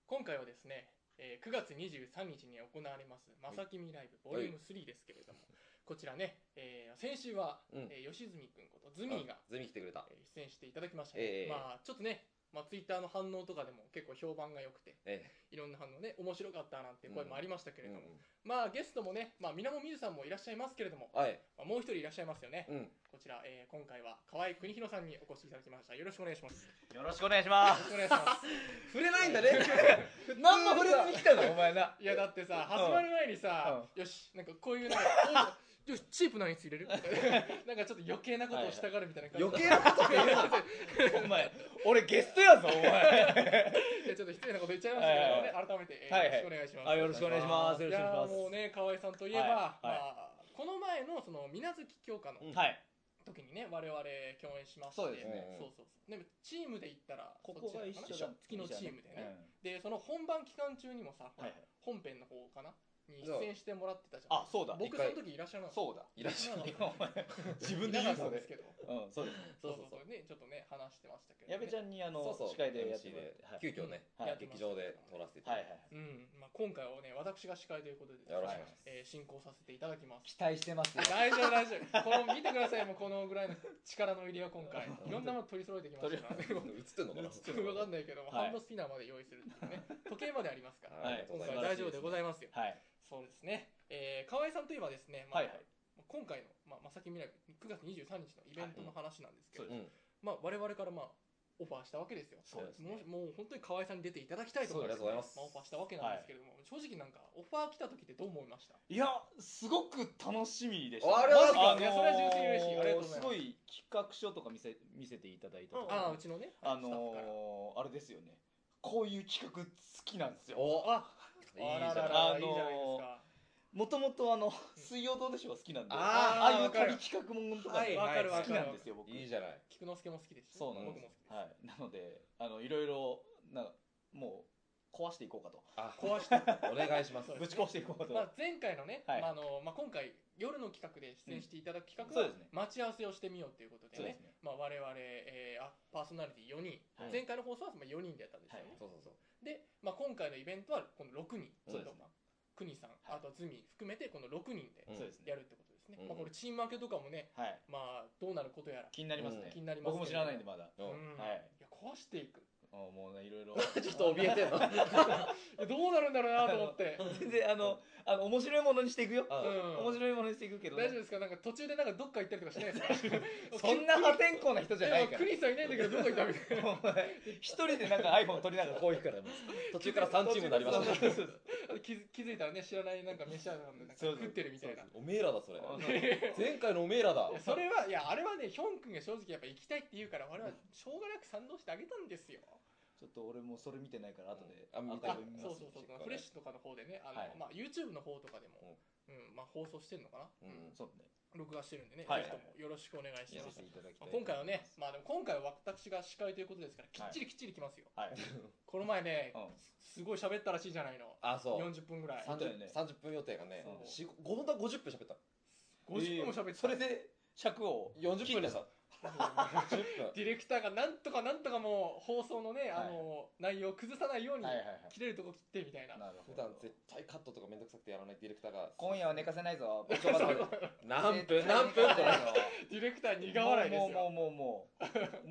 今回はですね、9月23日に行われますまさきみライブボリューム3ですけれども、こちらね、先週は、吉住くんことズミーがズミ来てくれた出演していただきましたね。まあちょっとね、ツイッターの反応とかでも結構評判が良くて、いろんな反応ね、面白かったなんて声もありましたけれども、まあゲストもね、水面美優さんもいらっしゃいますけれども、もう一人いらっしゃいますよね。こちら、今回は河合邦弘さんにお越しいただきました。よろしくお願いします。 よろしくお願いします。 よろしくお願いします。 触れないんだね。 何も触れずに来たのお前な。 いやだってさ、始まる前にさ、よし、なんかこういうなんかよし、チープなやつ入れるなんかちょっと余計なことをしたがるみたいな感じ。 余計なことって言うお前、俺ゲストやぞ、お前。 いや、ちょっと失礼なこと言っちゃいましたけどね、改めて、よろしくお願いします。 よろしくお願いします。よろしくお願いします。 もうね、河合さんといえば、この前のその水無月強化の時にね、我々共演しまして、 そうですね。 でもチームで言ったら、 ここが一緒だ。 月のチームでね。で、その本番期間中にもさ、本編の方かなに出演してもらってたじゃん。 あ、そうだ。 僕その時いらっしゃいます。 そうだ。 いらっしゃいます。 自分で言うんですけど。 そうです。 そうね、ちょっとね話してましたけど。 矢部ちゃんに司会でやってもらって、 急遽ね、劇場で撮らせていただいて。 今回はね、私が司会ということで進行させていただきます。 期待してます。 大丈夫大丈夫。この見てください、もうこのぐらいの力の入りは今回いろんなもの取り揃えてきましたからね。 映ってんのかな。 分かんないけど、ハンドスピナーまで用意するっていうね。時計までありますから。今回大丈夫でございますよ。そうですね。河合さんといえばですね、今回のまさきみライブ9月23日のイベントの話なんですけど、我々からオファーしたわけですよ。もう本当に河合さんに出ていただきたいと思います。オファーしたわけなんですけれども、正直なんかオファー来た時ってどう思いました？ いや、すごく楽しみでした。 あれはそれは純粋に嬉しい。ありがとうございます。 すごい企画書とか見せていただいたとか、 うちのね、 あれですよね。こういう企画好きなんですよ。 いいじゃないですか。 もともと水曜どうでしょう好きなんで、ああいう旅企画もんとか好きなんですよ僕。 いいじゃない。 菊之助も好きですし、 そうなんです。僕も好きです。はい。なのでいろいろもう壊していこうかと。 壊してお願いします。 ぶち壊していこうかと。 前回のね、今回夜の企画で出演していただく企画は待ち合わせをしてみようということでね、我々パーソナリティ4人、前回の放送は4人でやったんですよね。で、今回のイベントはこの6人。国さん、あとズミ含めてこの6人でやるってことですね。これチーム分けとかもね、どうなることやら気になりますね。 僕も知らないんでまだ。 いや、壊していく。 もうね、いろいろちょっと怯えてんの。 どうなるんだろうなと思って。 全然面白いものにしていくよ。面白いものにしていくけど。 大丈夫ですか？なんか途中でなんかどっか行ったりとかしないですか？ そんな破天荒な人じゃないから。 クリスさんいないんだけどどこ行ったみたいな。 一人でなんか iPhone 撮りながらこう行くから。 途中から3チームになりました。 気づいたらね、知らないなんか飯屋なんで食ってるみたいな。 おめえらだそれ。前回のおめえらだ。 それは、いやあれはね、ヒョン君が正直やっぱ行きたいって言うから我々はしょうがなく賛同してあげたんですよ。 ちょっと俺もそれ見てないから後でそうフレッシュとかの方でね、YouTube の方とかでも放送してるのかな。 そうね。 録画してるんでね、ぜひともよろしくお願いします。今回はね、でも今回は私が司会ということですからきっちりきますよ。この前ね、すごい喋ったらしいじゃないの。40分ぐらい。 30分予定がね、本当は50分喋った。 50分も喋ってた。 それで尺を 40分でさ。 ディレクターがなんとかもう放送のね内容を崩さないように切れるとこ切ってみたいな。 普段絶対カットとかめんどくさくてやらないディレクターが今夜は寝かせないぞ。 何分ディレクター苦笑いですよ。 もう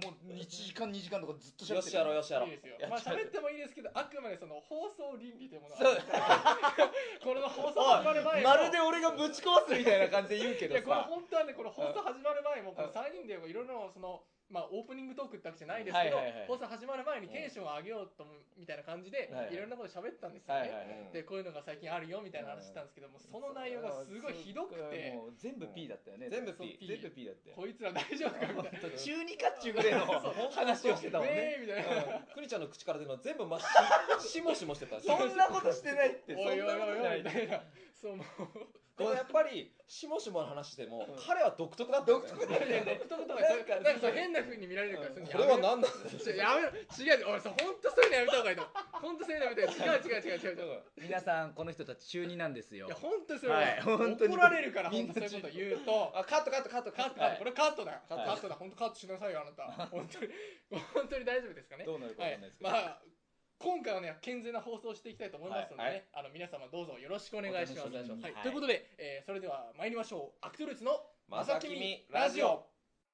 1時間2時間とかずっとよしやろうよしやろう。 喋ってもいいですけど、あくまでその放送倫理というものはこの放送始まる前まるで俺がぶち壊すみたいな感じで言うけどさ、 これ本当はね、この放送始まる前もこの3人でいろいろそのオープニングトークってわけじゃないですけど、放送始まる前にテンションを上げようとみたいな感じでいろんなこと喋ったんですよね。でこういうのが最近あるよみたいな話したんですけども、その内容がすごいひどくて、 もう全部 P だったよね。 全部 P だったよ。 こいつら大丈夫かみたいな。 中二かっちゅうぐらいの話をしてたもんね。 みたいな。 クニちゃんの口から出るの全部しもしもしてた。 そんなことしてないって。 おいおいおいおいみたいな。そうもう。 でもやっぱりしもしもの話でも彼は独特だった。 独特とかなんか変な風に見られるからするに。 これは何なんだ。 やめろ、違う、俺さ本当そういうのやめた方がいいと。本当そういうのやめた方がいい。違う。 皆さんこの人たち中二なんですよ。 いや本当それは怒られるから本当そういうこと言うと。 カット。 これカットだよ。カットだ。本当カットしなさいよあなた。本当に大丈夫ですかね。 どうなるかわかんないですけど。 今回ははね健全な放送をしていきたいと思いますのでね、皆様どうぞよろしくお願いします。ということで、それでは参りましょう。アクトルーツのまさきみラジオ。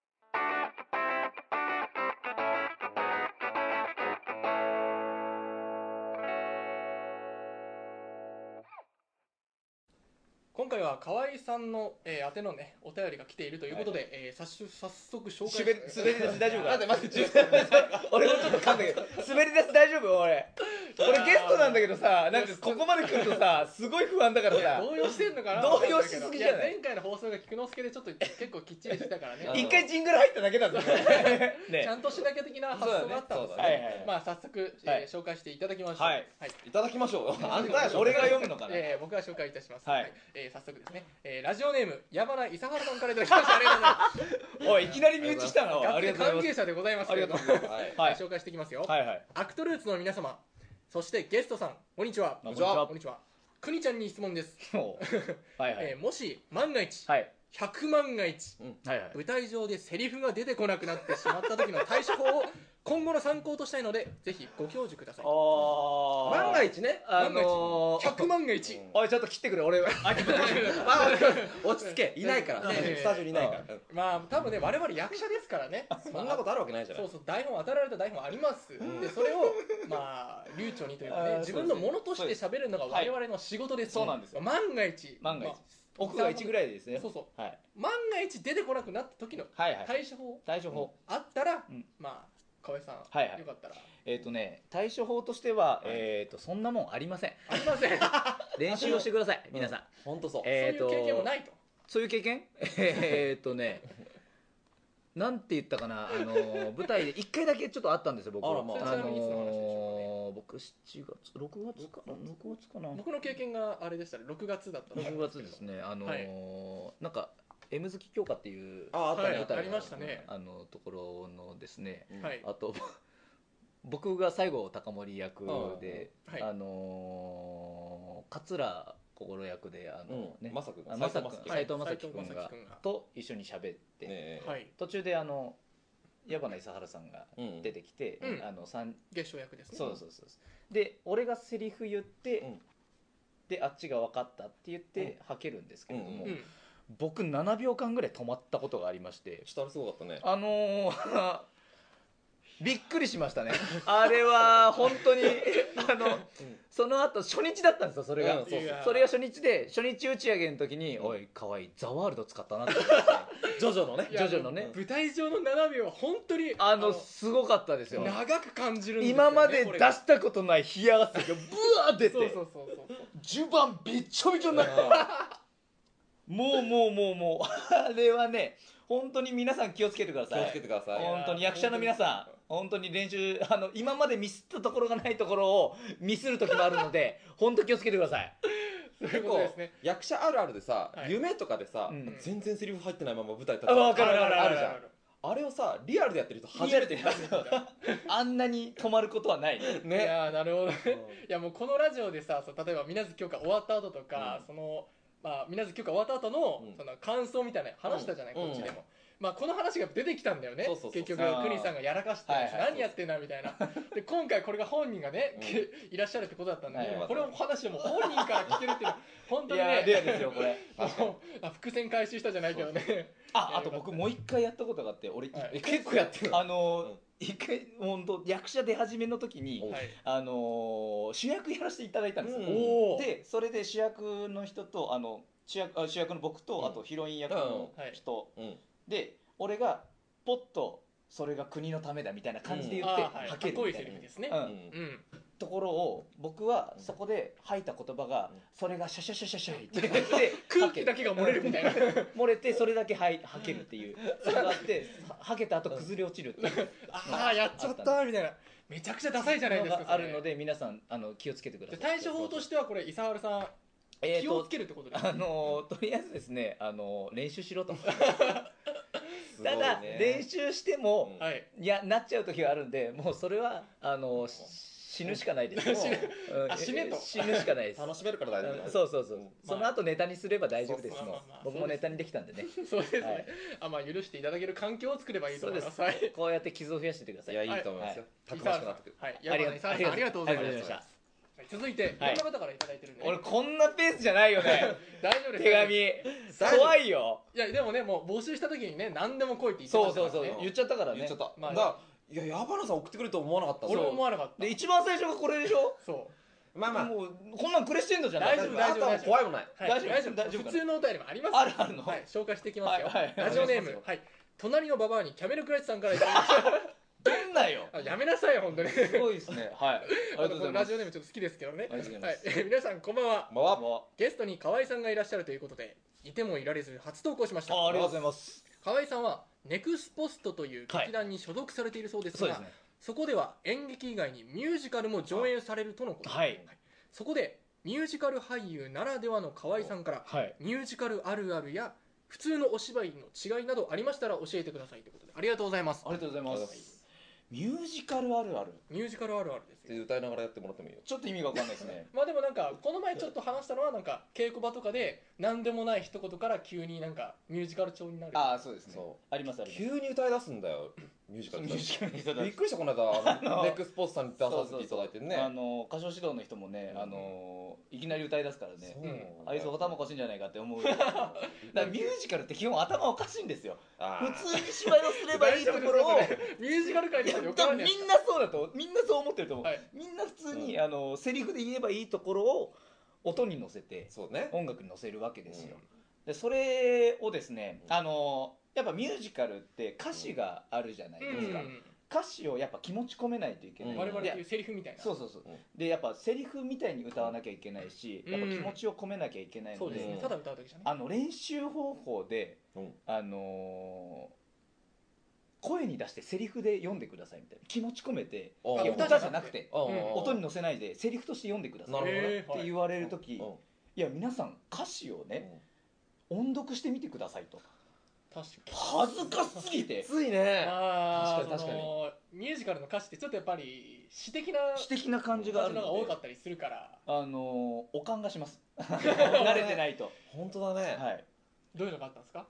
今回は河合さんの、宛てのねお便りが来ているということで、早速紹介して滑り出し大丈夫かな。 待って俺もちょっと噛んだけど滑り出し大丈夫。俺ゲストなんだけどさ、なんかここまで来るとさすごい不安だからさ。 動揺してんのかな。 動揺しすぎじゃない。 前回の放送が菊之助でちょっと結構きっちりしてたからね。 一回ジングル入っただけなんだよね。ちゃんとしなきゃ的な発想があったんですね。まあ早速紹介していただきましょう。 いただきましょう。 俺が読むのかな。 僕が紹介いたします。早速ですね。ラジオネーム矢花伊佐原さんからいただきました。ありがとうございます。 おいいきなり身内したの。 ありがとうございます。関係者でございます。 ありがとうございます。 紹介していきますよ。アクトルーツの皆様、そしてゲストさん、こんにちは。 こんにちは。 くにちゃんに質問です。もし万が一、100万が一、舞台上でセリフが出てこなくなってしまった時の対処法を今後の参考としたいので、ぜひご教授ください。 万が一ね、 100万が一。 おいちょっと切ってくれ。俺落ち着け。いないからスタジオにいないから。 まあ多分ね我々役者ですからね。 そんなことあるわけないじゃない。 そう台本与えられた台本あります。でそれをまあ流暢にというかね、自分のものとして喋るのが我々の仕事です。 そうなんですよ。 万が一奥が1ぐらいですね。 そうそう。万が一出てこなくなった時の対処法あったら、まあ河合さんよかったら。 対処法としてはそんなもんありません。 ありません。 練習をしてください皆さん。 本当そう。 そういう経験もないと。 そういう経験？なんて言ったかな、舞台で1回だけちょっとあったんですよ僕。僕7月6月かな。 僕の経験があれでしたね。6月だった。 6月ですね。なんか M 好き教科っていう舞台ありましたね。 ところのですね。 あと僕が西郷隆盛役で桂心役で斎藤正樹君がと一緒に喋って途中で矢花伊佐原さんが出てきて月賞役ですね。 そうで俺がセリフ言ってであっちが分かったって言ってはけるんですけれども、僕7秒間ぐらい止まったことがありまして。 したらすごかったね。 びっくりしましたね。あれは本当にその後初日だったんですよ。それが初日で初日打ち上げの時に「おい河合ザワールド使ったな」ってジョジョのね舞台上の7秒は本当にすごかったですよ。 長く感じるんですよね。 今まで出したことない冷や汗がブワー出て襦袢びっちょびちょになってもうあれはね本当に皆さん気をつけてください。本当に役者の皆さん本当に練習今までミスったところがないところをミスる時もあるので本当気をつけてください。 結構役者あるあるでさ、夢とかでさ全然セリフ入ってないまま舞台立ってあるじゃん。あれをさリアルでやってる人初めてやる。 あんなに止まることはないね。いやなるほどね。いやもうこのラジオでさ例えば水無月許可終わった後とか水無月許可終わった後の感想みたいな話したじゃないこっちでも。まあこの話が出てきたんだよね。結局国さんがやらかして何やってんだみたいな。で今回これが本人がねいらっしゃるってことだったんで、これを話でも本人から聞けるっていうのは本当にねレアですよこれ。 伏線回収したじゃないけどね。 あと僕もう一回やったことがあって、俺結構やってる。 一回本当役者出始めの時に主役やらせていただいたんですよ。でそれで主役の人と主役の僕とあとヒロイン役の人で俺がポッとそれが国のためだみたいな感じで言って吐けるみたいなところを僕はそこで吐いた言葉がそれがシャシャシャシャシャって言って空気だけが漏れるみたいな漏れてそれだけ吐けるっていうそれがあって吐けた後崩れ落ちるっていうやっちゃったみたいなめちゃくちゃダサいじゃないですか。 あるので皆さん気をつけてください。 対処法としてはこれ伊佐原さん気をつけるってことですか。 とりあえずですね練習しろと。ただ練習してもなっちゃう時があるんでもうそれは死ぬしかないです。 死ねと死ぬしかないです。 楽しめるから大丈夫です。 そうそうそう。その後ネタにすれば大丈夫です。僕もネタにできたんでね。 そうですね。まあ許していただける環境を作ればいいと思います。 こうやって傷を増やしていてください。 いや、いいと思いますよ。 たくましくなってくる。はい。ありがとうございました。続いて、いろんな方からいただいてるんで。 俺こんなペースじゃないよね。 大丈夫です。 手紙。怖いよ。 いや、でもね、もう募集した時にね、何でも来いって言ってましたからね。そうそうそう。言っちゃったからね。 言っちゃった。いや、矢花さん送ってくると思わなかった。 俺も思わなかった。 で、一番最初がこれでしょ。 そう。 まあまあ、 もうこんなんクレッシェンドじゃない。 大丈夫、大丈夫。 怖いもない。 大丈夫。普通のお便りもあります。 あるの。 はい、紹介していきますよ。ラジオネーム、はい。隣のババアにキャメルクラッチさんからいただきました。 出んなよ。 やめなさいよ、本当に。 すごいですね。はい。 ラジオネームちょっと好きですけどね。はい。皆さんこんばんは。ゲストに河合さんがいらっしゃるということで、いてもいられず初投稿しました。 ありがとうございます。 河合さんはネクスポストという劇団に所属されているそうですが、そこでは演劇以外にミュージカルも上演されるとのこと。はい。そこでミュージカル俳優ならではの河合さんからミュージカルあるあるや普通のお芝居の違いなどありましたら教えてくださいということで、ありがとうございます。 ありがとうございます。ミュージカルあるある。 ミュージカルあるあるですよ。 歌いながらやってもらってもいいよ。 ちょっと意味が分かんないですね。 まあでもなんかこの前ちょっと話したのはなんか稽古場とかで何でもない一言から急になんかミュージカル調になる。 ああ、そうですね。ありますあります。 急に歌い出すんだよ。ミュージカル。びっくりした、この間ネクスポーツさんに出させていただいてね。 歌唱指導の人もね、いきなり歌い出すからね。あいつ頭おかしいんじゃないかって思う。だからミュージカルって基本頭おかしいんですよ。普通に芝居をすればいいところをミュージカル界でみんなそうだと、みんなそう思ってると思う。みんな普通にセリフで言えばいいところを音に乗せて音楽に乗せるわけですよ。でそれをですね、やっぱミュージカルって歌詞があるじゃないですか。歌詞をやっぱ気持ち込めないといけない。 我々っていうセリフみたいな。 そうそうそう。でやっぱセリフみたいに歌わなきゃいけないし、やっぱ気持ちを込めなきゃいけないので、 ただ歌うだけじゃね。 練習方法で声に出してセリフで読んでくださいみたいな、気持ち込めて、歌じゃなくて音に乗せないでセリフとして読んでくださいって言われる時、いや皆さん歌詞をね音読してみてくださいと。恥ずかしすぎて。 ついね。 確かにミュージカルの歌詞ってちょっとやっぱり詩的な感じがあるので多かったりするから、 おかんがします。慣れてないと。 本当だね。 はい。どういうのがあったんですか？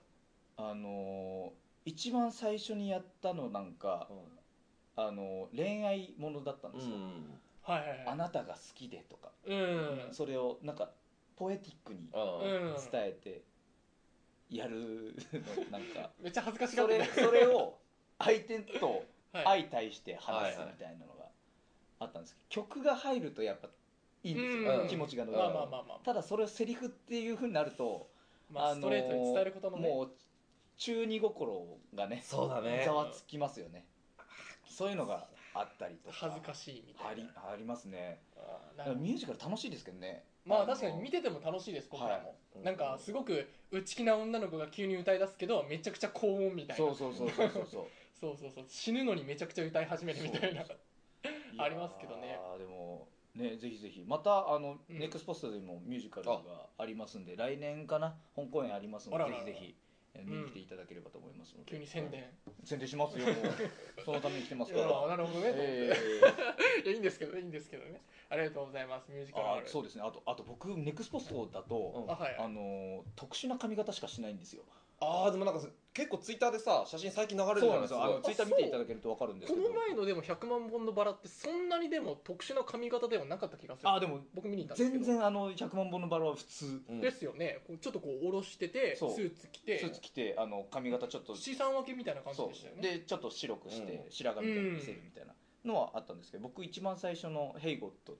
一番最初にやったのなんか恋愛ものだったんですよ。あなたが好きでとか、それをなんかポエティックに伝えてやるのなんかめっちゃ恥ずかしがってそれを相手と相対して話すみたいなのがあったんですけど、曲が入るとやっぱいいんですよ、気持ちが乗る。ただそれをセリフっていう風になるとストレートに伝えることのね、 もう中二心がねざわつきますよね。そういうのがあったりとか恥ずかしいみたいなありますね。ミュージカル楽しいですけどね。 まあ確かに見てても楽しいです。僕らもなんかすごく内気な女の子が急に歌い出すけどめちゃくちゃ高音みたいな。そう死ぬのにめちゃくちゃ歌い始めるみたいなありますけどね。 でもね、ぜひぜひまたネクスポストでもミュージカルがありますんで、来年かな本公演ありますので、ぜひぜひ見に来ていただければと思いますので。 急に宣伝しますよ。そのために来てますから。 なるほどね。いいんですけどね。ありがとうございます。ミュージカル。 そうですね。あと僕ネクスポストだと特殊な髪型しかしないんですよ。 でもなんか結構ツイッターでさ写真最近流れるじゃないですか。 ツイッター見ていただけると分かるんですけど、 この前のでも100万本のバラってそんなにでも特殊な髪型ではなかった気がする。 でも僕見に行ったんですけど全然100万本のバラは普通ですよね。ちょっとこう下ろしててスーツ着て髪型ちょっと七三分けみたいな感じでしたよね。 でちょっと白くして白髪みたいに見せるみたいなのはあったんですけど、僕一番最初のヘイゴット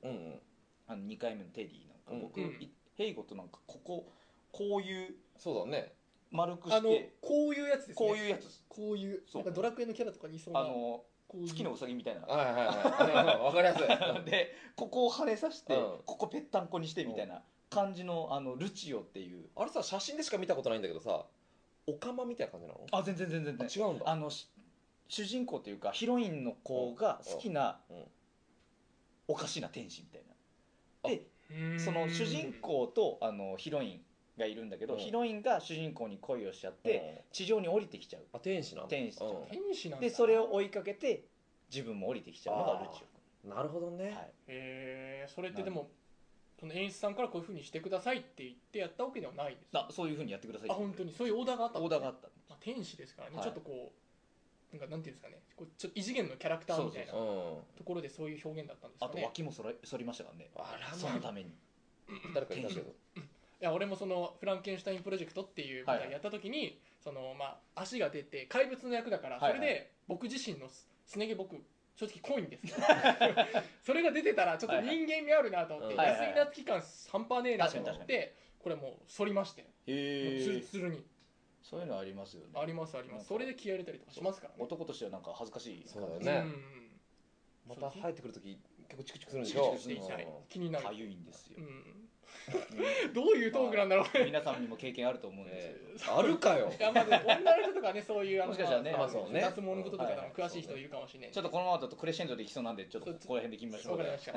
2回目のテディなんか僕ヘイゴットなんかこういうそうだね丸くしてこういうやつですね。 こういうやつです。 こういうなんかドラクエのキャラとかにいそうな月のうさぎみたいな。 わかりやすい。 でここを跳ねさせてここぺったんこにしてみたいな感じのルチオっていう。 あれさ写真でしか見たことないんだけどさ、オカマみたいな感じなの？ 全然違うんだ。 主人公というかヒロインの子が好きなおかしな天使みたいな。でその主人公とヒロインがいるんだけど、ヒロインが主人公に恋をしちゃって地上に降りてきちゃう。 天使なんだ。 天使でそれを追いかけて自分も降りてきちゃうのがルチオ。 なるほどね。 それってでもその演出さんからこういうふうにしてくださいって言ってやったわけではないんですか？ そういうふうにやってください。 本当にそういうオーダーがあったんですね。 オーダーがあった。 天使ですからね、ちょっとこうなんていうんですかね、こうちょっと異次元のキャラクターみたいなところでそういう表現だったんですかね。 あと脇も反りましたからね。そのために誰かいたけど。 いや俺もそのフランケンシュタインプロジェクトっていう舞台やった時に、その足が出て怪物の役だから、それで僕自身のすね毛僕正直濃いんですよそれが出てたらちょっと人間味あるなと思って、安井夏期間半端ねえなと思って、これもう反りまして、ツルツルに。 そういうのありますよね。 ありますあります。それで気合入れたりとかしますからね。 男としてはなんか恥ずかしい。 そうだよね。また生えてくるとき結構チクチクするんでしょ。 気になる。 かゆいんですよ。 どういうトークなんだろうね。 皆さんにも経験あると思うんですけど。あるかよ。 いやまず女の人とかね、そういうもしかしたらね、 脱毛のこととか詳しい人いるかもしれない。 ちょっとこのままだとクレッシェンドでいきそうなんで、ちょっとここら辺で決めましょう。 わかりました。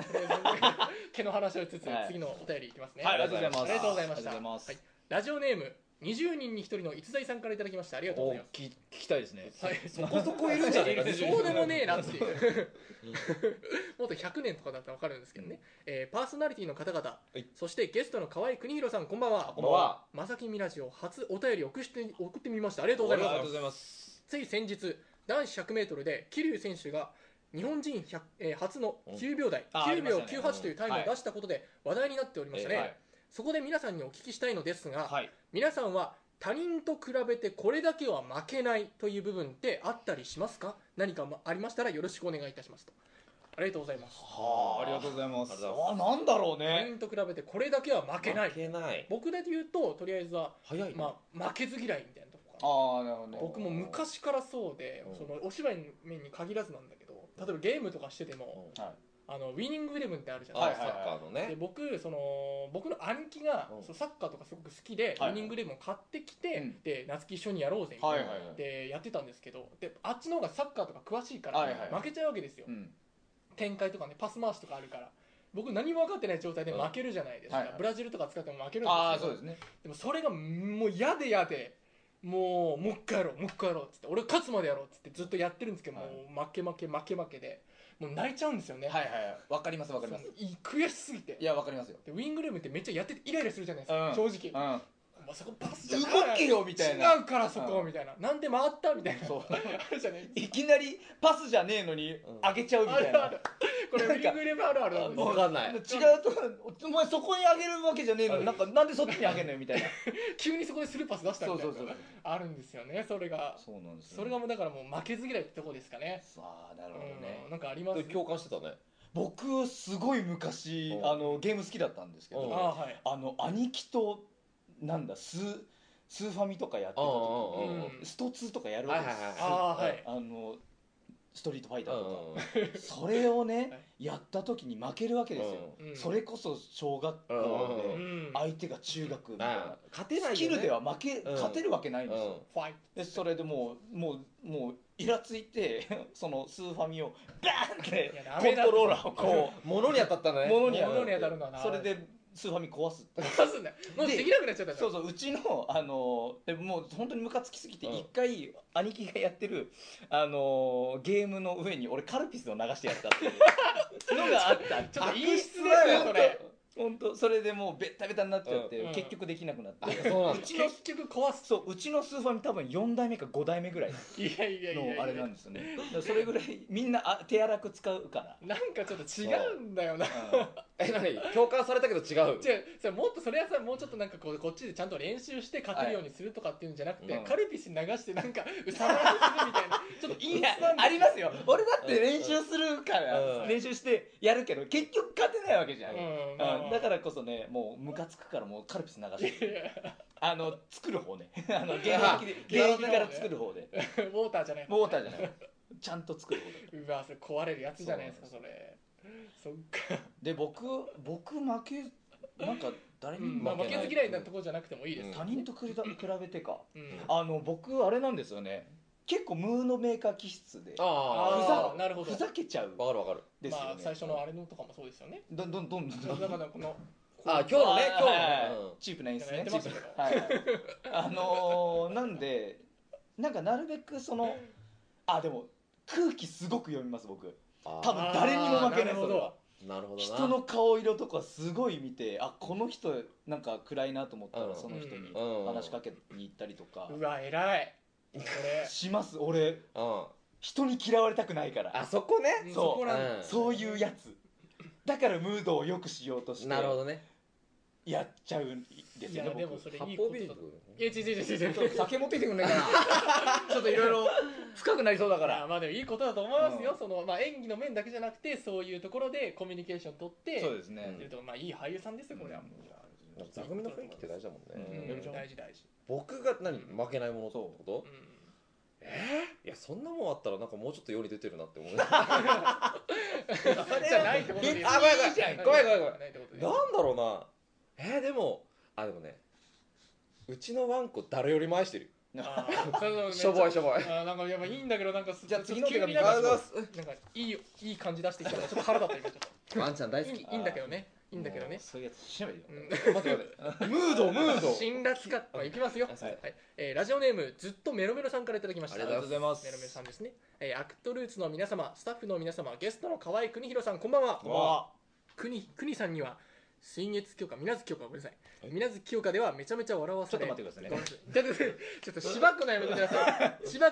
毛の話をしつつ次のお便りいきますね。 ありがとうございます。 ありがとうございました。ラジオネーム20人に1人の逸材さんからいただきました。ありがとうございます。 聞きたいですね。 そこそこいるんじゃないか。 そうでもねえなっていうもっと100年とかだったら分かるんですけどね。パーソナリティの方々、そしてゲストの河合邦弘さん、こんばんは。 こんばんは。 まさきみラジオ初お便り送ってみました。ありがとうございます。 ありがとうございます。 つい先日男子 100m で桐生選手が日本人初の9秒台、9秒98というタイムを出したことで話題になっておりましたね。そこで皆さんにお聞きしたいのですが、皆さんは他人と比べてこれだけは負けないという部分ってあったりしますか？何かありましたらよろしくお願いいたしますと。ありがとうございます。 ありがとうございます。なんだろうね。 他人と比べてこれだけは負けない。僕で言うととりあえずは負けず嫌いみたいなとこかな。なるほどね。僕も昔からそうで、そのお芝居の面に限らずなんだけど、例えばゲームとかしてても、ウィニングイレブンってあるじゃないですか。 サッカーのね。 で僕の兄貴がサッカーとかすごく好きで、ウィニングイレブンを買ってきて、で夏希一緒にやろうぜみたいなでやってたんですけど、であっちの方がサッカーとか詳しいから負けちゃうわけですよ。展開とかね、パス回しとかあるから僕何も分かってない状態で負けるじゃないですか。ブラジルとか使っても負けるんですけど、でもそれがもう嫌でもう一回やろうっつって、俺勝つまでやろうっつってずっとやってるんですけど、もう負けでもう泣いちゃうんですよね。 わかります悔しすぎて。 いやわかりますよ。 でウィングルームってめっちゃやっててイライラするじゃないですか、正直。そこパスじゃない動けよみたいな、 違うからそこみたいな、なんで回ったみたいな、あるじゃないいきなりパスじゃねえのに上げちゃうみたいな。 これウィングルームあるあるなんですよ。 分かんない。違うとお前そこに上げるわけじゃねえのになんでそっちに上げんのよみたいな急にそこでスルーパス出したみたいなあるんですよね。それがそうなんです。 それがもうだからもう負けず嫌いってとこですかね。 なるほどね。 なんかあります？ 共感してたね。 僕すごい昔ゲーム好きだったんですけど、兄貴となんだスーファミとかやってた時にスト2とかやるわけですよ。ストリートファイターとかそれをねやった時に負けるわけですよ。それこそ小学校で相手が中学みたいなスキルでは勝てるわけないんですよ。でそれでもうイラついてそのスーファミをバーンってコントローラーをこう物に当たったね。 物に当たるのはな。 それでスーファミ壊すんだよ。もうできなくなっちゃったんだ。 そううちのでもう本当にムカつきすぎて一回兄貴がやってるゲームの上に俺カルピスを流してやったっていうのがあった。 ちょっと陰湿だよそれ。 本当それでもうベッタベタになっちゃって結局できなくなって、 結局壊す。 そううちのスーファミ多分4代目か5代目ぐらいのあれなんですよね。それぐらいみんな手荒く使うから。 なんかちょっと違うんだよな。 何共感されたけど違う。 もっとそれはさ、もうちょっとなんかこっちでちゃんと練習して勝てるようにするとかっていうんじゃなくて、カルピス流してなんかうさらにするみたいなちょっと陰湿なんだ。 ありますよ。俺だって練習するから練習してやるけど結局勝てないわけじゃん。だからこそね、もうムカつくからもうカルピス流して作る方ね。現役から作る方で。 ウォーターじゃない。 ちゃんと作る方で。 うわ、それ壊れるやつじゃないですかそれ。そっか。 で僕負けなんか誰に負けず嫌いなところじゃなくてもいいです。 他人と比べてか。僕あれなんですよね。結構ムードメーカー気質でふざけちゃう。 わかるですよね。最初のあれのとかもそうですよね。 どんだからこの今日のねチープな演出ね。なんでなんかなるべくでも空気すごく読みます僕。 多分誰にも負けない。それはなるほどな。 人の顔色とかすごい見て、あ、この人なんか暗いなと思ったらその人に話しかけに行ったりとか。 うわ偉い。これします。俺人に嫌われたくないから。 あそこね。 そういうやつだからムードを良くしようとして。 なるほどね。 やっちゃうんですよね。 でもそれいいことだ。いや違う酒持ってきてくんないかな。ちょっといろいろ深くなりそうだから。 まあでもいいことだと思いますよ。そのまあ演技の面だけじゃなくてそういうところでコミュニケーション取って、 そうですね。 まあいい俳優さんですよこれは。 座組の雰囲気って大事だもんね。 大事。 僕が負けないものってこと？いやそんなもんあったらなんかもうちょっと世に出てるなって思う。じゃないってことで。 ごめん。なんだろうな。でもね、うちのワンコ誰よりも愛してる。しょぼい。 なんかやっぱいいんだけどなんかじゃあ次の手紙なんかいい感じ出してきたからちょっと腹立った今ちょっと。 ワンちゃん大好き。 いいんだけどね。 そういうやつしゃべるよ。 待って。ムード。 辛辣か。いきますよ。ラジオネームずっとメロメロさんからいただきました。 ありがとうございます。 メロメロさんですね。アクトルーツの皆様、スタッフの皆様、ゲストの河合邦弘さんこんばんは。国さんには水月強化、水月強化ではめちゃめちゃ笑わされ。 ちょっと待ってくださいね。 ちょっとしばくのやめてください。水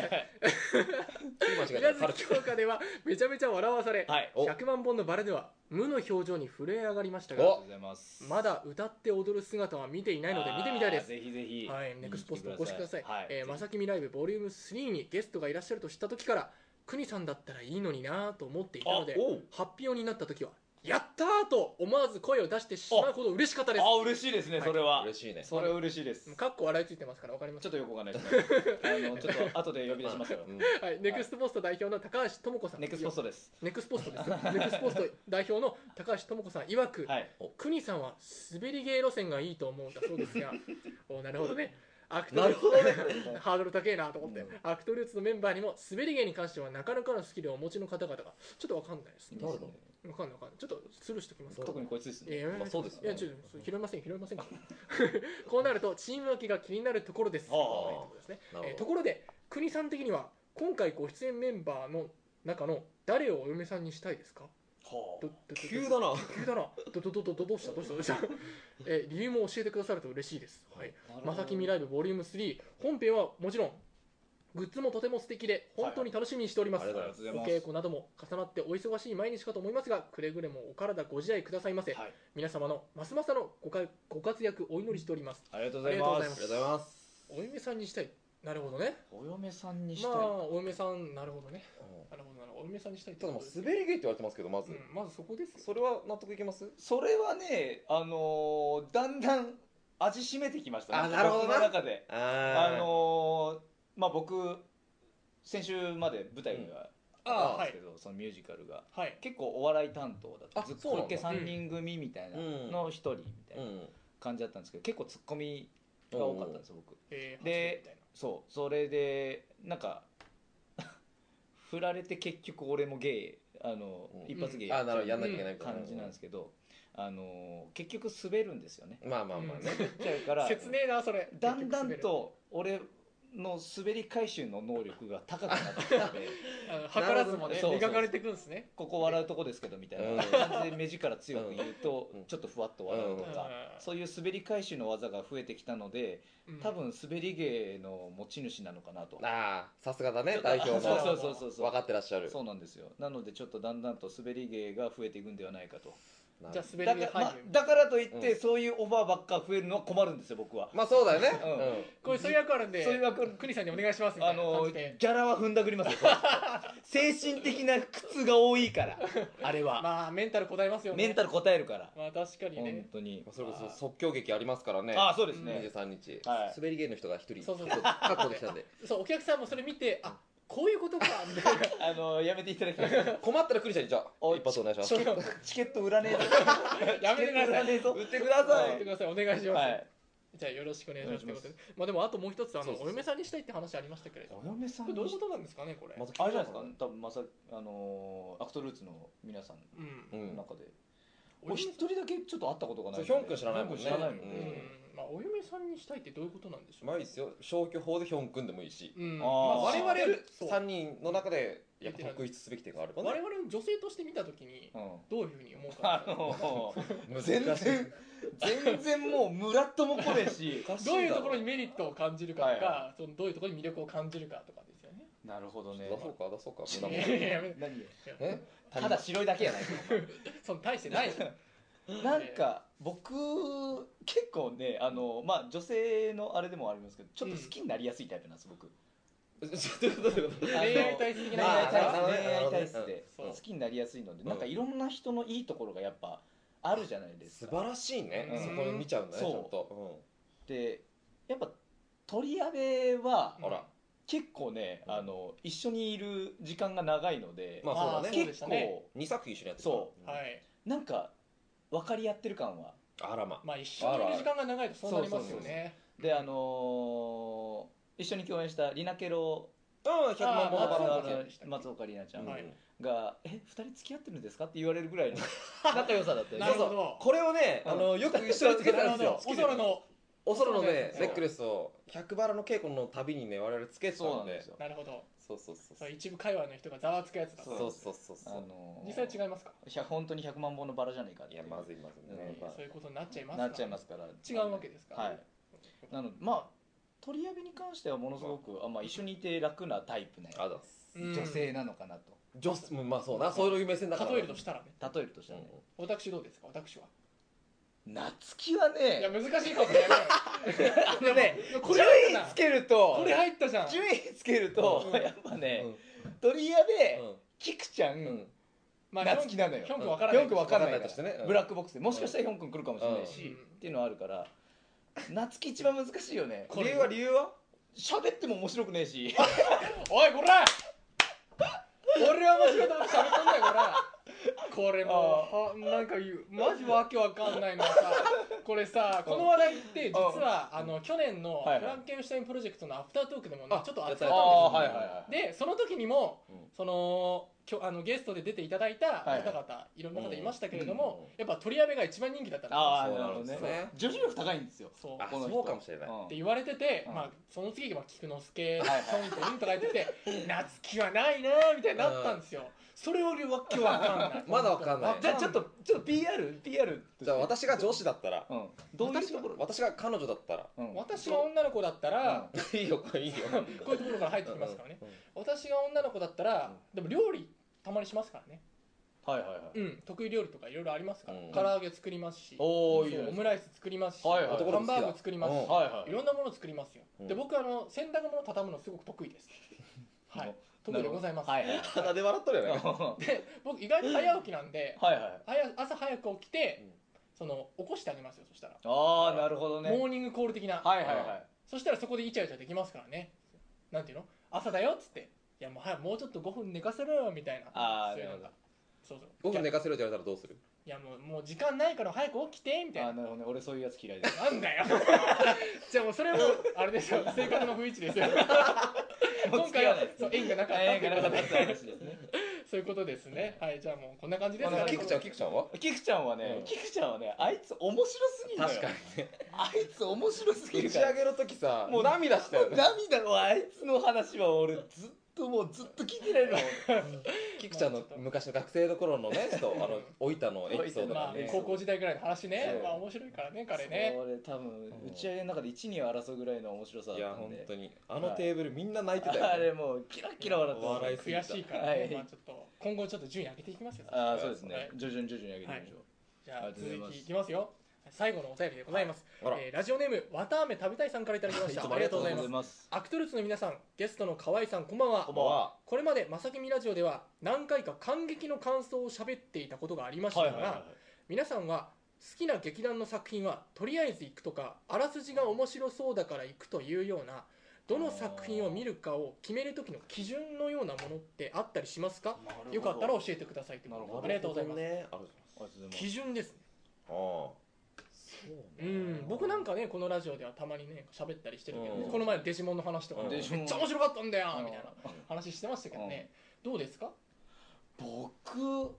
月強化ではめちゃめちゃ笑わされ、100万本のバラでは無の表情に震え上がりましたが、まだ歌って踊る姿は見ていないので見てみたいです。 ぜひぜひ。 ネクスポストお越しください。まさきみライブボリューム3にゲストがいらっしゃると知った時から国さんだったらいいのになと思っていたので、発表になった時はやったーと思わず声を出してしまうほど嬉しかったです。 嬉しいですね。それは嬉しいね。 それは嬉しいです。 かっこ笑いついてますからわかります。 ちょっとよくわかんないですね。ちょっと後で呼び出しますよ。 ネクストポスト代表の高橋智子さん。 ネクスポストです。 ネクスポスト代表の高橋智子さん曰く、国さんは滑り芸路線がいいと思うんだそうですが、なるほどね。アクトルーツハードル高いなと思って、アクトルーツのメンバーにも滑り芸に関してはなかなかのスキルをお持ちの方々がちょっとわかんないですね。わかんない。ちょっとスルーしておきます。 特にこいつですね。 そうです。 いやちょっと拾いません。こうなるとチーム分けが気になるところです。ところで国さん的には今回ご出演メンバーの中の誰をお嫁さんにしたいですか？ 急だな。 どうした理由も教えてくださると嬉しいです。まさきみライブボリューム3本編はもちろんグッズもとても素敵で本当に楽しみにしております。お稽古なども重なってお忙しい毎日かと思いますが、くれぐれもお体ご自愛くださいませ。皆様のますますのご活躍お祈りしております。 ありがとうございます。 お嫁さんにしたい。なるほどね。 お嫁さんにしたい。 お嫁さん、なるほどね。お嫁さんにしたい。 ただもう滑り芸って言われてますけど、まずそこですよ。 それは納得いきます？ それはね、だんだん味しめてきましたね。 なるほどな。 僕の中で。僕先週まで舞台があったんですけど、そのミュージカルが結構お笑い担当だった。ずっと3人組みたいなの1人みたいな感じだったんですけど、結構ツッコミが多かったんです僕。で、それでなんか振られて結局俺もゲイ一発芸やっちゃう感じなんですけど、結局滑るんですよね。 まあね。 滑っちゃうから。 切ねえなそれ。 だんだんと俺の滑り回収の能力が高くなってきて、 図らずもね磨かれていくんですね。 ここ笑うとこですけどみたいな感じで目力強く言うとちょっとふわっと笑うとか、そういう滑り回収の技が増えてきたので、多分滑り芸の持ち主なのかなと。 さすがだね、代表の。 そう分かってらっしゃる。 そうなんですよ。なのでちょっとだんだんと滑り芸が増えていくんではないかと。 じゃあ滑り芸俳優だからといってそういうオファーばっか増えるのは困るんですよ僕は。 まあそうだよね。 これそういう役あるんで、国さんにお願いしますみたいな感じで。 ギャラは踏んだくりますよ。精神的な苦痛が多いからあれは。 まあメンタル答えますよね。 メンタル答えるから。 まあ確かにね。 本当に。 それこそ即興劇ありますからね。 そうですね。 23日。滑り芸の人が1人確保できたんで。 そうお客さんもそれ見てこういうことかみたいな。やめていただきます。 困ったらクリちゃんにじゃあ一発お願いします。 チケット売らねえぞ。 やめてください。 売ってください。 売ってください。お願いします。じゃあよろしくお願いしますということで。まあでもあともう一つお嫁さんにしたいって話ありましたけれど。 お嫁さん。 これどういうことなんですかねこれ。 あれじゃないですか。多分アクトルーツの皆さんの中で。お一人だけちょっっと会ったことがない。 ヒョン君知らないもんね。 まあお嫁さんにしたいってどういうことなんでしょう。 まあいいですよ。消去法でヒョン君でもいいし。 我々 3人の中でやっぱ特筆すべき点があるかね。 我々の女性として見たときにどういうふうに思うか、 全然もうムラっとも来ねえしどういうところにメリットを感じるかとか、そのどういうところに魅力を感じるかとかですよね。 なるほどね。 出そうか何ただ白いだけやないかその大してないじゃん。なんか僕結構ねまあ女性のあれでもありますけどちょっと好きになりやすいタイプなんです僕。 恋愛体質的な恋愛体質で好きになりやすいので、なんかいろんな人のいいところがやっぱあるじゃないですか。 素晴らしいね。そこで見ちゃうんだね。ちゃんと。 でやっぱ鳥矢部は結構ね一緒にいる時間が長いので、 まあそうだね。 結構 2作品一緒にやってる。 そうなんか分かり合ってる感はあらま。 まあ一緒にいる時間が長いとそうなりますよね。 で一緒に共演したリナケロ 100万本のバラの松岡里奈ちゃんが「2人付き合ってるんですか?」って言われるぐらいの仲良さだったり。 なるほど。 これをねよく一緒につけてたんですよ。おそろのねネックレスを100バラの稽古のたびにね我々つけてたんで。 なるほど。 そう一部界隈の人がざわつくやつだ。 そう実際違いますか。 本当に100万本のバラじゃねえかって。 いやまずいね。 そういうことになっちゃいますから違うわけですから。 なのでまあ鳥矢部に関してはものすごく一緒にいて楽なタイプね女性なのかなと。 まあそうな、そういう目線だから。 例えるとしたらね。 私どうですか。私は夏希はね、 いや難しいことやね。 順位つけるとこれ入ったじゃん。 順位つけるとやっぱね鳥矢部キクちゃん夏希なのよ。 ヒョン君分からないとしてね。 ブラックボックスでもしかしたらヒョン君来るかもしれないしっていうのはあるから夏希一番難しいよね。 理由は喋っても面白くねえし。 おいこら俺は面白いと思って喋ったんだよこれもうなんかマジわけわかんないのさこれさこの話題って実は去年のフランケンシュタインプロジェクトのアフタートークでもちょっと扱ったんですよ。でその時にもそのゲストで出ていただいた方々いろんな方いましたけれどもやっぱ鳥矢部が一番人気だったんですよ。 女子力高いんですよ。 そうかもしれないって言われててその次が菊之助ソンとか言ってて夏希はないなみたいになったんですよ。それよりわけわかんない。 まだわかんない。 じゃあちょっと PR じゃあ私が女子だったらどういうところ。 私が彼女だったら私が女の子だったらいいよこういうところから入ってきますからね。私が女の子だったらでも料理たまにしますからね。得意料理とかいろいろありますから。唐揚げ作りますしオムライス作りますしハンバーグ作りますしいろんなもの作りますよ。で僕洗濯物畳むのすごく得意です。はい得意でございます。 鼻で笑っとるよね。 で僕意外と早起きなんで朝早く起きて起こしてあげますよ。そしたらなるほどね。 モーニングコール的な。そしたらそこでイチャイチャできますからね。なんていうの朝だよっつっていやもうちょっと5分寝かせろよみたいな。そういうのが 5分寝かせろって言われたらどうする。 いやもう時間ないから早く起きてみたいな。 なるほどね。俺そういうやつ嫌いです。 なんだよじゃあもうそれもあれですよ性格の不一致ですよ今回は縁がなかったって話ですね。そういうことですね。はいじゃあもうこんな感じです。 キクちゃんはねあいつ面白すぎるのよ。 確かにね。 あいつ面白すぎるから打ち上げの時さもう涙したよね。 涙のあいつの話は俺ずっと聞いてられるの。 キクちゃんの昔の学生の頃のね老いたのエピソードがね高校時代ぐらいの話ね。面白いからね彼ね。 それ多分打ち上げの中で1、2を争うぐらいの面白さだったんで。 いや本当にテーブルみんな泣いてたよ。 あれもうキラキラ笑って笑い悔しいからね。ちょっと今後ちょっと順位上げていきますよ。 そうですね。徐々に上げていきましょう。 じゃあ続きいきますよ。最後のお便りでございます。ラジオネームわたあめ食べたいさんからいただきました。ありがとうございます。アクトルーツの皆さん、ゲストの河合さん、こんばんは。これまでまさきみラジオでは何回か感激の感想を喋っていたことがありましたが、皆さんは好きな劇団の作品はとりあえず行くとか、あらすじが面白そうだから行くというような、どの作品を見るかを決める時の基準のようなものってあったりしますか。よかったら教えてください。ありがとうございます。基準ですね。僕なんかねこのラジオではたまにね喋ったりしてるけど、この前のデジモンの話とかめっちゃ面白かったんだよみたいな話してましたけどね。どうですか。 僕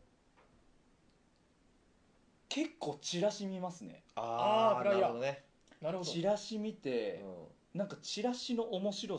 結構チラシ見ますね。 なるほどね。なるほど。 チラシ見てなんかチラシの面白さ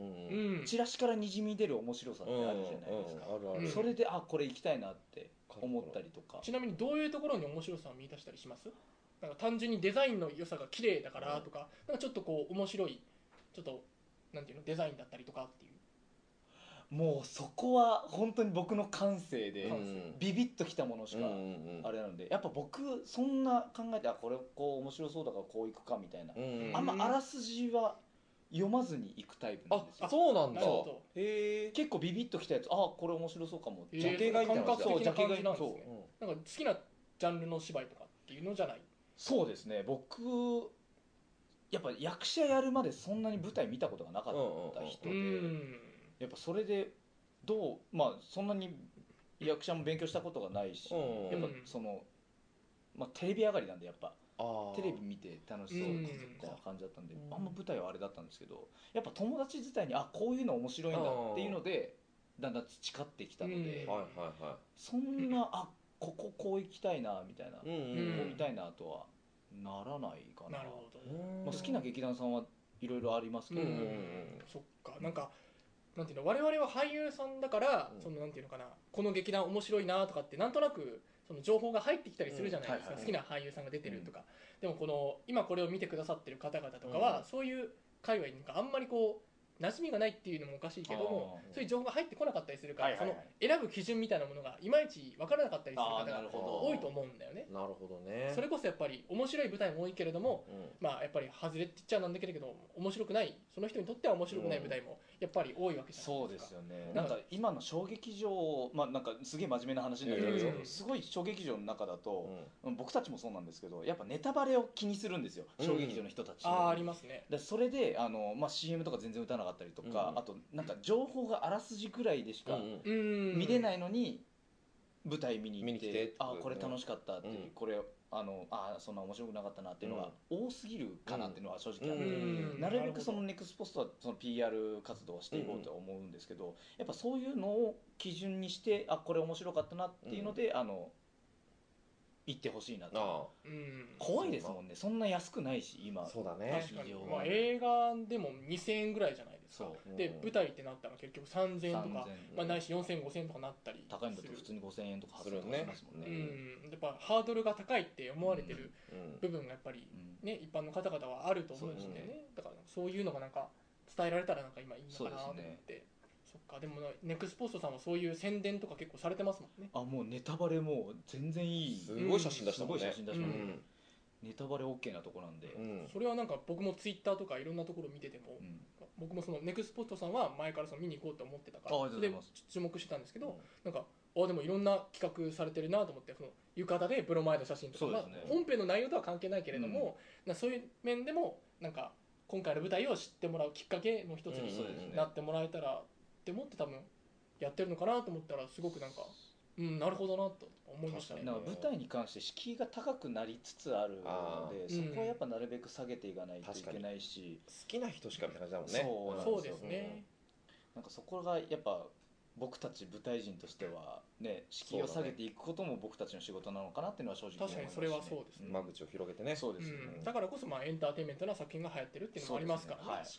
チラシからにじみ出る面白さってあるじゃないですか。あるある。それでこれ行きたいなって思ったりとか。 ちなみにどういうところに面白さを見出したりします？なんか単純にデザインの良さが綺麗だからとか、なんかちょっとこう面白いちょっとなんていうのデザインだったりとかっていう。 もうそこは本当に僕の感性でビビッときたものしかあれなので、やっぱ僕そんな考えてこれこう面白そうだからこういくかみたいな、あんまあらすじは読まずに行くタイプなんですよ。 そうなんだ。 結構ビビッときたやつこれ面白そうかも。 ジャケ買いみたいな感覚的な感じなんですね。なんか好きなジャンルの芝居とかっていうのじゃない。 そうですね。僕やっぱ役者やるまでそんなに舞台見たことがなかった人で、やっぱそれでそんなに役者も勉強したことがないし、やっぱそのテレビ上がりなんでやっぱテレビ見て楽しそうみたいな感じだったんで、あんま舞台はあれだったんですけど、やっぱ友達自体にこういうの面白いんだっていうのでだんだん培ってきたので、そんなこう行きたいなみたいな、こう見たいなとはならないかな。 なるほど。 好きな劇団さんはいろいろありますけど、 そっか。なんていうの、我々は俳優さんだから、そのなんていうのかな、この劇団面白いなとかってなんとなくその情報が入ってきたりするじゃないですか。好きな俳優さんが出てるとか。でも今これを見てくださってる方々とかは、そういう界隈にあんまりこう馴染みがないっていうのもおかしいけども、そういう情報が入ってこなかったりするから、その選ぶ基準みたいなものがいまいち分からなかったりする方が多いと思うんだよね。 なるほどね。 それこそやっぱり面白い舞台も多いけれども、やっぱり外れって言っちゃなんだけれども、面白くない、その人にとっては面白くない舞台もやっぱり多いわけじゃないですか。 そうですよね。なんか今の小劇場、なんかすげえ真面目な話になるんですけど、すごい小劇場の中だと、僕たちもそうなんですけど、やっぱネタバレを気にするんですよ、小劇場の人たち。 ありますね。 それでCM とか全然打たなかったりとか、あとなんか情報があらすじぐらいでしか見れないのに舞台見に行ってこれ楽しかったっていう、これそんな面白くなかったなっていうのが多すぎるかなっていうのは正直あって、なるべくそのネクスポストはその PR 活動をしていこうとは思うんですけど、やっぱそういうのを基準にしてこれ面白かったなっていうので行ってほしいなと。怖いですもんね、そんな安くないし今。 そうだね。 確かに映画でも2000円ぐらいじゃないですか。で舞台ってなったら結局3000円とかないし4000、5000円とかなったり、 高いんだと普通に5000円とかするとかしますもんね。 やっぱハードルが高いって思われてる部分がやっぱりね、一般の方々はあると思うんですね。だからそういうのがなんか伝えられたらなんか今いいのかなと思って。そっか。でもネクスポストさんはそういう宣伝とか結構されてますもんね。 もうネタバレも全然いい、 すごい写真出したもんね。 ネタバレ OK なとこなんで、 それはなんか僕もツイッターとかいろんなところ見てても、僕もそのネクスポストさんは前から見に行こうと思ってたから、それで注目してたんですけど、なんかでもいろんな企画されてるなと思って、その浴衣でブロマイド写真とか、本編の内容とは関係ないけれども、そういう面でもなんか今回の舞台を知ってもらうきっかけの一つになってもらえたらって思って多分やってるのかなと思ったら、すごくなんかなるほどなと思いましたね。 なんか舞台に関して敷居が高くなりつつあるので、そこはやっぱなるべく下げていかないといけないし、 好きな人しかみたいな感じだもんね。 そうですね。 なんかそこがやっぱ僕たち舞台人としてはね、敷居を下げていくことも僕たちの仕事なのかなっていうのは正直思いますね。 確かにそれはそうですね。 間口を広げてね。 そうですね。 だからこそエンターテインメントな作品が流行ってるっていうのもありますからね。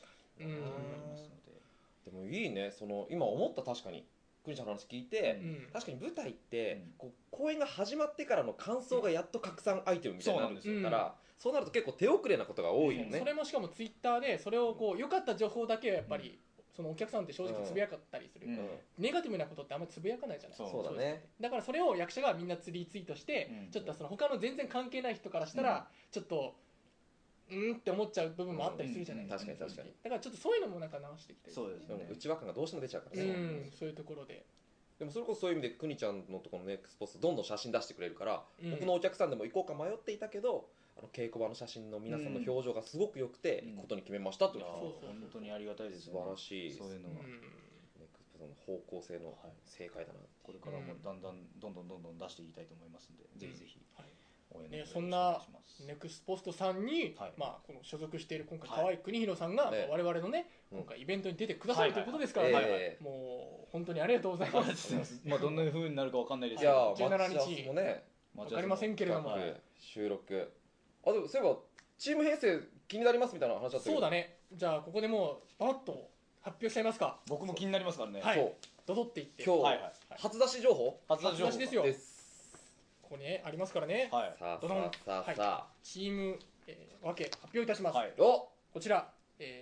でもいいね、その今思った。確かにくにちゃんの話聞いて、確かに舞台って公演が始まってからの感想がやっと拡散アイテムみたいになるんですよ。だからそうなると結構手遅れなことが多いよね。 それもしかもツイッターでそれを良かった情報だけはやっぱりそのお客さんって正直つぶやかったりする、ネガティブなことってあんまりつぶやかないじゃないですか。 そうだね。 だからそれを役者がみんなリツイートして、ちょっとその他の全然関係ない人からしたらちょっとって思っちゃう部分もあったりするじゃないですか。 確かに。 だからちょっとそういうのもなんか直してきて、 そうですね。 内輪感がどうしても出ちゃうからね。 そういうところで。 でもそれこそそういう意味でくにちゃんのところのネクスポスどんどん写真出してくれるから、僕のお客さんでも行こうか迷っていたけど、稽古場の写真の皆さんの表情がすごく良くて行くことに決めましたっていうのは本当にありがたいです。 素晴らしい。 そういうのはネクスポの方向性の正解だな。 これからもどんどん出していきたいと思いますので、ぜひぜひ応援ね。そんなネクスポストさんにこの所属している今回河合邦弘さんが我々のね今回イベントに出てくださるということですから、もう本当にありがとうございます。 どんな風になるかわかんないですけど、17日もねわかりませんけれども、 収録。でもそういえばチーム編成気になりますみたいな話だったけど。 そうだね。じゃあここでもうバッと発表しちゃいますか。 僕も気になりますからね。 はい。ドドっていって。 今日初出し情報。 初出しですよ。ここにありますからね。 さあさあチーム分け発表いたします。 お、 こちら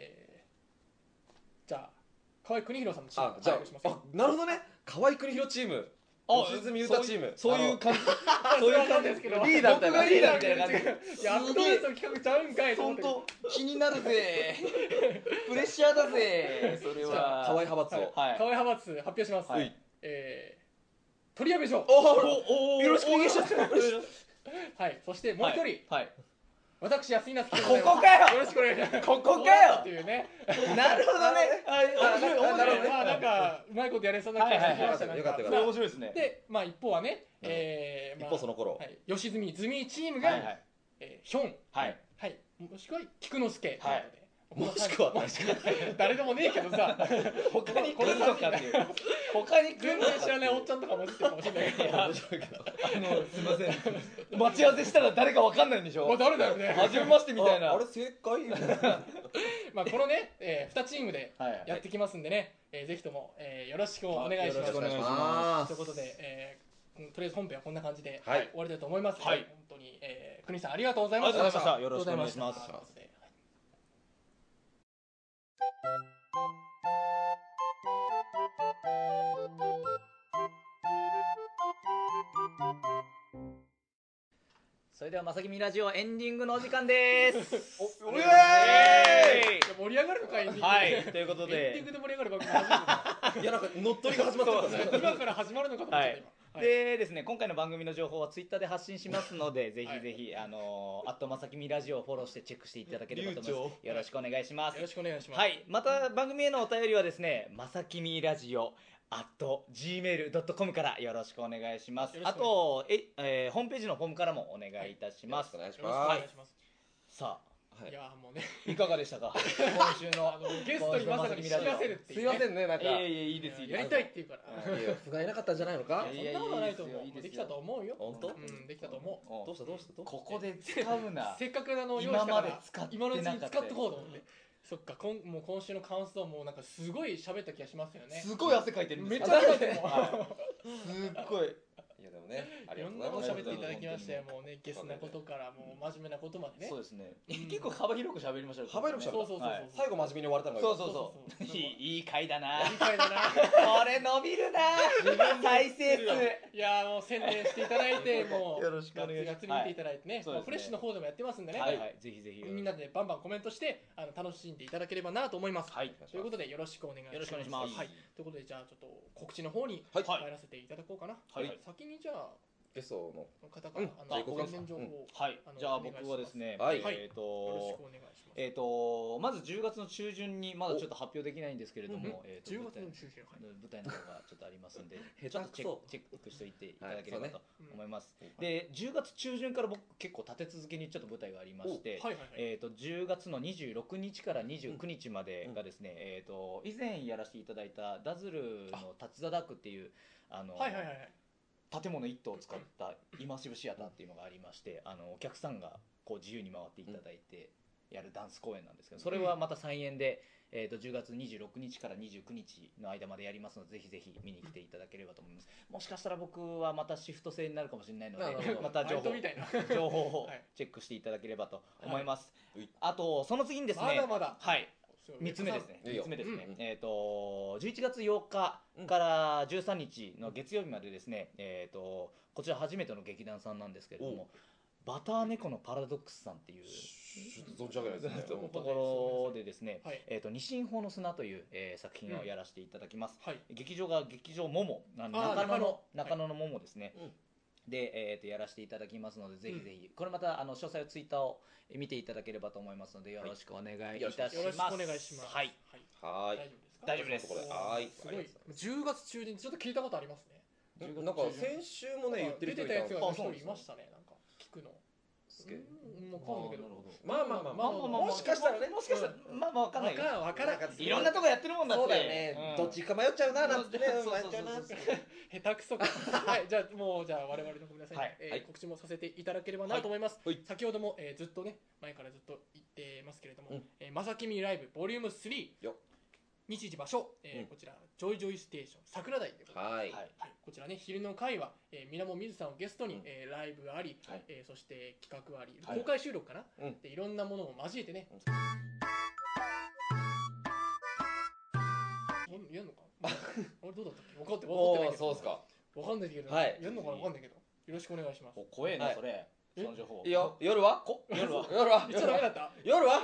じゃあ河合邦弘さんのチームじゃあなるほどね。河合邦弘チーム。吉住歌チーム。 そういう感じ。そういう感じですけど。 リーダーみたいな。 僕がリーダーみたいな感じ。やっとの企画ちゃうんかい。 本当気になるぜ。プレッシャーだぜ。それは。 河合派閥を。 河合派閥発表します。鳥矢部長。 お、よろしくお願いします。 はい。そしてもう一人。はい。私安井夏樹。 ここかよ。 よろしくお願いします。 ここかよ。 っていうね。 なるほどね。 面白い。なんかうまいことやれそうな気がしましたね。 よかった。 面白いですね。 で、まあ一方はね、 一方その頃、 吉住ズミチームがヒョン、もしくは菊之助。 もしくは誰でもねえけどさ、 他に来るのかっていう。他に来るのか知らないおっちゃんとか混じってるかもしれないけど。 面白いけど。 すみません。待ち合わせしたら誰かわかんないんでしょ。 誰だよね。 初めましてみたいな。 あれ正解？ まあこのね、2チームでやってきますんでね、ぜひともよろしくお願いします。 よろしくお願いします。 ということで、とりあえず本編はこんな感じで終わりたいと思います。本当に国さんありがとうございました。 よろしくお願いします。それではまさきみラジオエンディングのお時間です。 盛り上がるのかエンディング。 はい。ということでエンディングで盛り上がる番組初めて。 いやなんか乗っ取りが始まってますね。 今から始まるのかと思っちゃった今。 でですね、今回の番組の情報はツイッターで発信しますので、ぜひぜひアットまさきみラジオをフォローしてチェックしていただければと思います。よろしくお願いします。 よろしくお願いします。 はい。また番組へのお便りはですね、まさきみラジオ@gmail.com からよろしくお願いします。あとホームページのフォームからもお願いいたします。 お願いします。 さあ。 いやもうねいかがでしたか今週のゲストにまさかに知らせるっていう。 すいませんねなんか。 いいですやりたいって言うから。 いや不甲斐なかったんじゃないのか。 そんなことないと思う。できたと思うよ。 本当？ できたと思う。 どうした。 ここで使うな。 せっかく用意したから今のうちに使っとこうと思って。そっかもう今週の感想もなんかすごい喋った気がしますよね。 すごい汗かいてるんです。 めっちゃ汗かいてるもん。 すっごい。 いやでもね、 いろんなこと喋っていただきましたよ。もうね、ゲスなことからもう真面目なことまでね。 そうですね。結構幅広く喋りましたよ。 幅広く喋った。 そう最後真面目に終われたのが。そういい回だな。 いい回だな。 これ伸びるな。再生数。 いやもう宣伝していただいてもうよろしくお願いします。 ガツガツに見ていただいてね。フレッシュの方でもやってますんでね。 ぜひぜひ。 みんなでバンバンコメントして楽しんでいただければなと思います。 はい。 ということでよろしくお願いします。 よろしくお願いします。 はい。ということでじゃあちょっと告知の方に入らせていただこうかな。はい。先にじゃあ。 ゲストの方から宣伝情報をはい。じゃあ僕はですね、 よろしくお願いします。 まず10月の中旬にまだちょっと発表できないんでけれども、 10月の中旬舞台の方がちょっとありますんで、ちょっとチェックしておいていただければと思います。で10月中旬から僕結構立て続けにちょっと舞台がありまして、10月の26日から29日までがですね、以前やらせていただいたダズルのタッチザダークっていう建物一棟を使ったイマーシブシアターっていうのがありまして、お客さんがこう自由に回っていただいてやるダンス公演なんですけど、それはまた再演で、10月26日から29日の間までやりますので、ぜひぜひ見に来ていただければと思います。もしかしたら僕はまたシフト制になるかもしれないので、また情報をチェックしていただければと思います。あとその次にですね、はい3つ目ですね。11月8日から13日の月曜日までですね、こちら初めての劇団さんなんですけれども、バターネコのパラドックスさんっていう存じ上げないですね。 ところでですね、二進法の砂という作品をやらせていただきます。劇場が劇場モモ、中野のモモですね。で、やらせていただきますので、ぜひぜひこれまた詳細をツイッターを見ていただければと思いますので、よろしくお願いいたします。 よろしくお願いします。 はい。大丈夫です。 はい。 すごい。10月中旬ちょっと聞いたことありますね。 なんか先週もね言ってる人いたやつが一人いましたね。なんか聞くの。 まあもしかしたらまあわかんない。 わからん。 いろんなとこやってるもんだって。 そうだよね。どっちか迷っちゃうななんてね。 下手くそか。はい。じゃあ我々のごめんなさい。告知もさせていただければなと思います。先ほどもずっとね前からずっと言ってますけれども、まさきみライブボリューム3 日時場所、こちらジョイジョイステーション桜台でございます。はい、こちらね、昼の会はみなもみずさんをゲストにライブあり、そして企画あり、公開収録かな、でいろんなものを交えてね、やんのかあれどうだったっけ、分かってないけど、 そうですか、 分かんないけど、やんのかな分かんないけど、よろしくお願いします。 怖えなそれ、その情報。 いや、夜は言っちゃダメだった。 夜は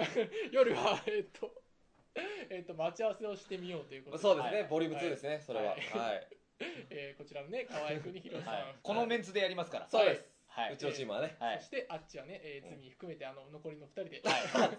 待ち合わせをしてみようということで、 そうですね、ボリューム2ですね、それは。はい。 こちらのね、河合邦弘さん、 このメンツでやりますから。 そうです。うちのチームはね。 そしてあっちはね、次含めて残りの2人で、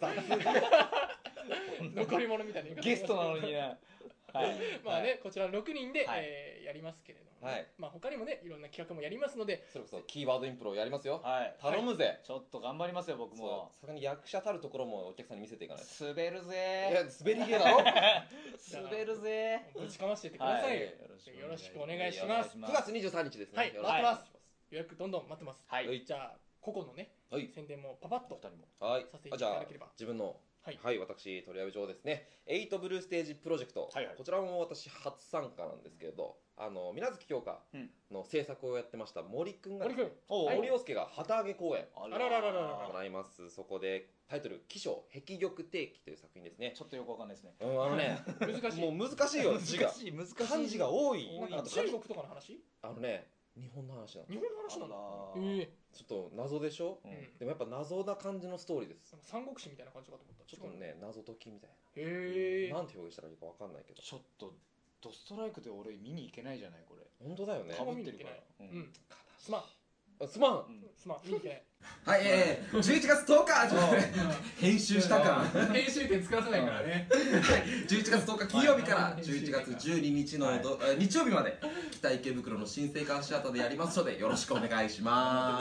残り物みたいなゲストなのにな。 まあね、こちら6人でやりますけれども、まあ他にもね、いろんな企画もやりますので、 それこそキーワードインプロやりますよ。頼むぜ。 ちょっと頑張りますよ、僕も。 さすがに役者たるところもお客さんに見せていかないと。 滑るぜ。 いや、滑り芸だろ。 滑るぜ。 ぶちかましていってくださいよ。よろしくお願いします。 9月23日ですね。 はい、待ってます。予約どんどん待ってます。じゃあ個々のね、宣伝もパパッとさせていただければ。 自分の私、鳥籔城ですね、8ブルーステージプロジェクト、こちらも私初参加なんですけれど、水無月京香の制作をやってました森くんが、森陽介が旗揚げ公演行います。そこでタイトル「起承碧玉定期」という作品ですね。 ちょっとよくわかんないですね。 難しい。 もう難しいよ、字が。漢字が多い。 中国とかの話？ 日本の話なんだ。 日本の話なんだ。 ちょっと謎でしょ。でもやっぱ謎な感じのストーリーです。 三国志みたいな感じかと思った。 ちょっとね、謎解きみたいな。なんて表現したらいいかわかんないけど。 ちょっとドストライクで俺見に行けないじゃないこれ。 本当だよね。 かぶってるから。 すまん見に行けない。 はい、11月10日編集したか編集点作らせないからね。 11月10日金曜日から11月12日の日曜日まで北池袋の新生館シアターでやりますのでよろしくお願いします。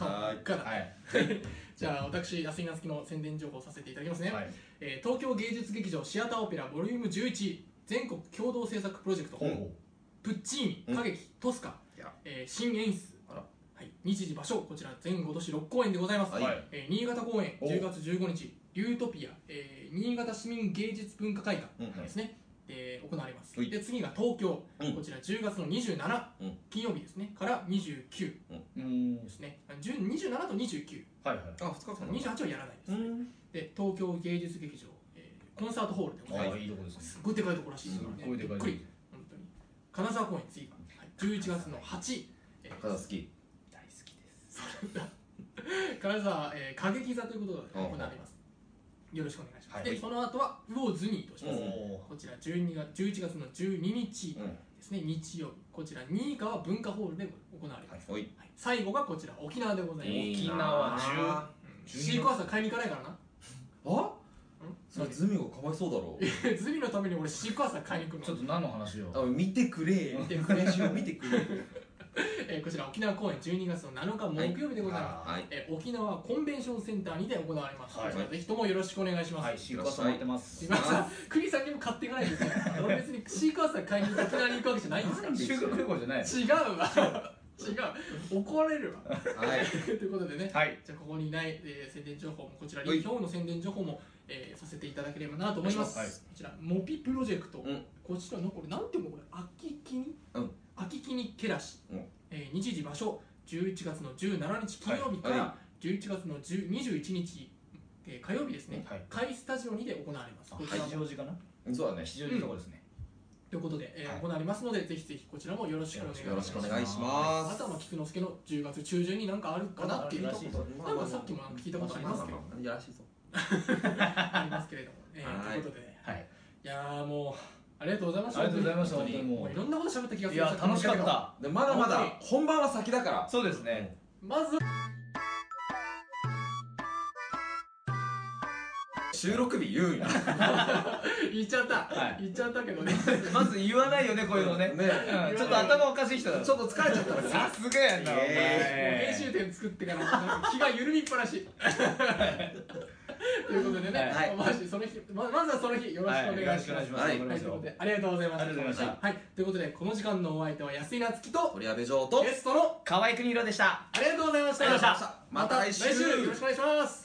じゃあ私安井なつきの宣伝情報させていただきますね。東京芸術劇場シアターオペラボリューム11全国共同制作プロジェクトプッチーニ歌劇トスカ新演出、日時場所こちら全5都市6公演でございます。新潟公演10月15日リュートピア新潟市民芸術文化会館ですね、行われます。で次が東京、こちら10月の27、金曜日ですねから29ですね。27と29、28はやらないですね。で東京芸術劇場コンサートホールでございます。すごいでかいところらしいですからね。びっくり。本当に金沢公演次が11月の8、 金沢好き。 大好きです。金沢歌劇座ということで行われます。よろしくお願いします。でその後は魚ズニーとします。こちら11月の12日ですね、日曜日。こちら新川文化ホールで行われます。最後がこちら沖縄でございます。 沖縄シークワーサー買いに行かないからな。 あ？それズミがかわいそうだろう。 ズミのために俺シークワーサー買いに行くの。 ちょっと何の話よ。 見てくれ。見てくれ。 こちら沖縄公演12月の7日木曜日でございます。沖縄コンベンションセンターにて行われます。ぜひともよろしくお願いします。 シークワーサー待ってます。 今さクリさんにも買っていかないんですよ。俺別にシークワーサー買いに沖縄に行くわけじゃないんですから。 修学旅行じゃない。 違うわ。怒られるわ。ということでね、じゃあここにない宣伝情報もこちらリンヒョウの宣伝情報もさせていただければなと思います。こちらモピプロジェクト、こちらのこれなんていうのこれ秋キニケラシ、日時場所11月の17日金曜日から11月の21日火曜日ですね。カイスタジオにて行われます。 八丈寺かな。そうだね、七丈寺のところですね。 ということで、行われますので、ぜひぜひこちらもよろしくお願いします。 よろしくお願いします。 あとは菊之助の10月中旬になんかあるかなっていうところ、なんかさっきも聞いたことありますけど、 いやらしいぞ。 ありますけれども、ということで、いやーもうありがとうございました。 ありがとうございました。 もういろんなこと喋った気がする。 いや楽しかった。 でまだまだ本番は先だから。 そうですね。 まず収録日言うんや。 言っちゃったけどね。 まず言わないよね、こういうのね。ちょっと頭おかしい人だ。 ちょっと疲れちゃったらさすがやな。 もう編集点作ってから気が緩みっぱなし。ということでね、まずはその日よろしくお願いします。ということでありがとうございました。はい、ということでこの時間のお相手は安井なつきと鳥籔城とゲストの河合邦弘でした。 ありがとうございました。 また来週よろしくお願いします。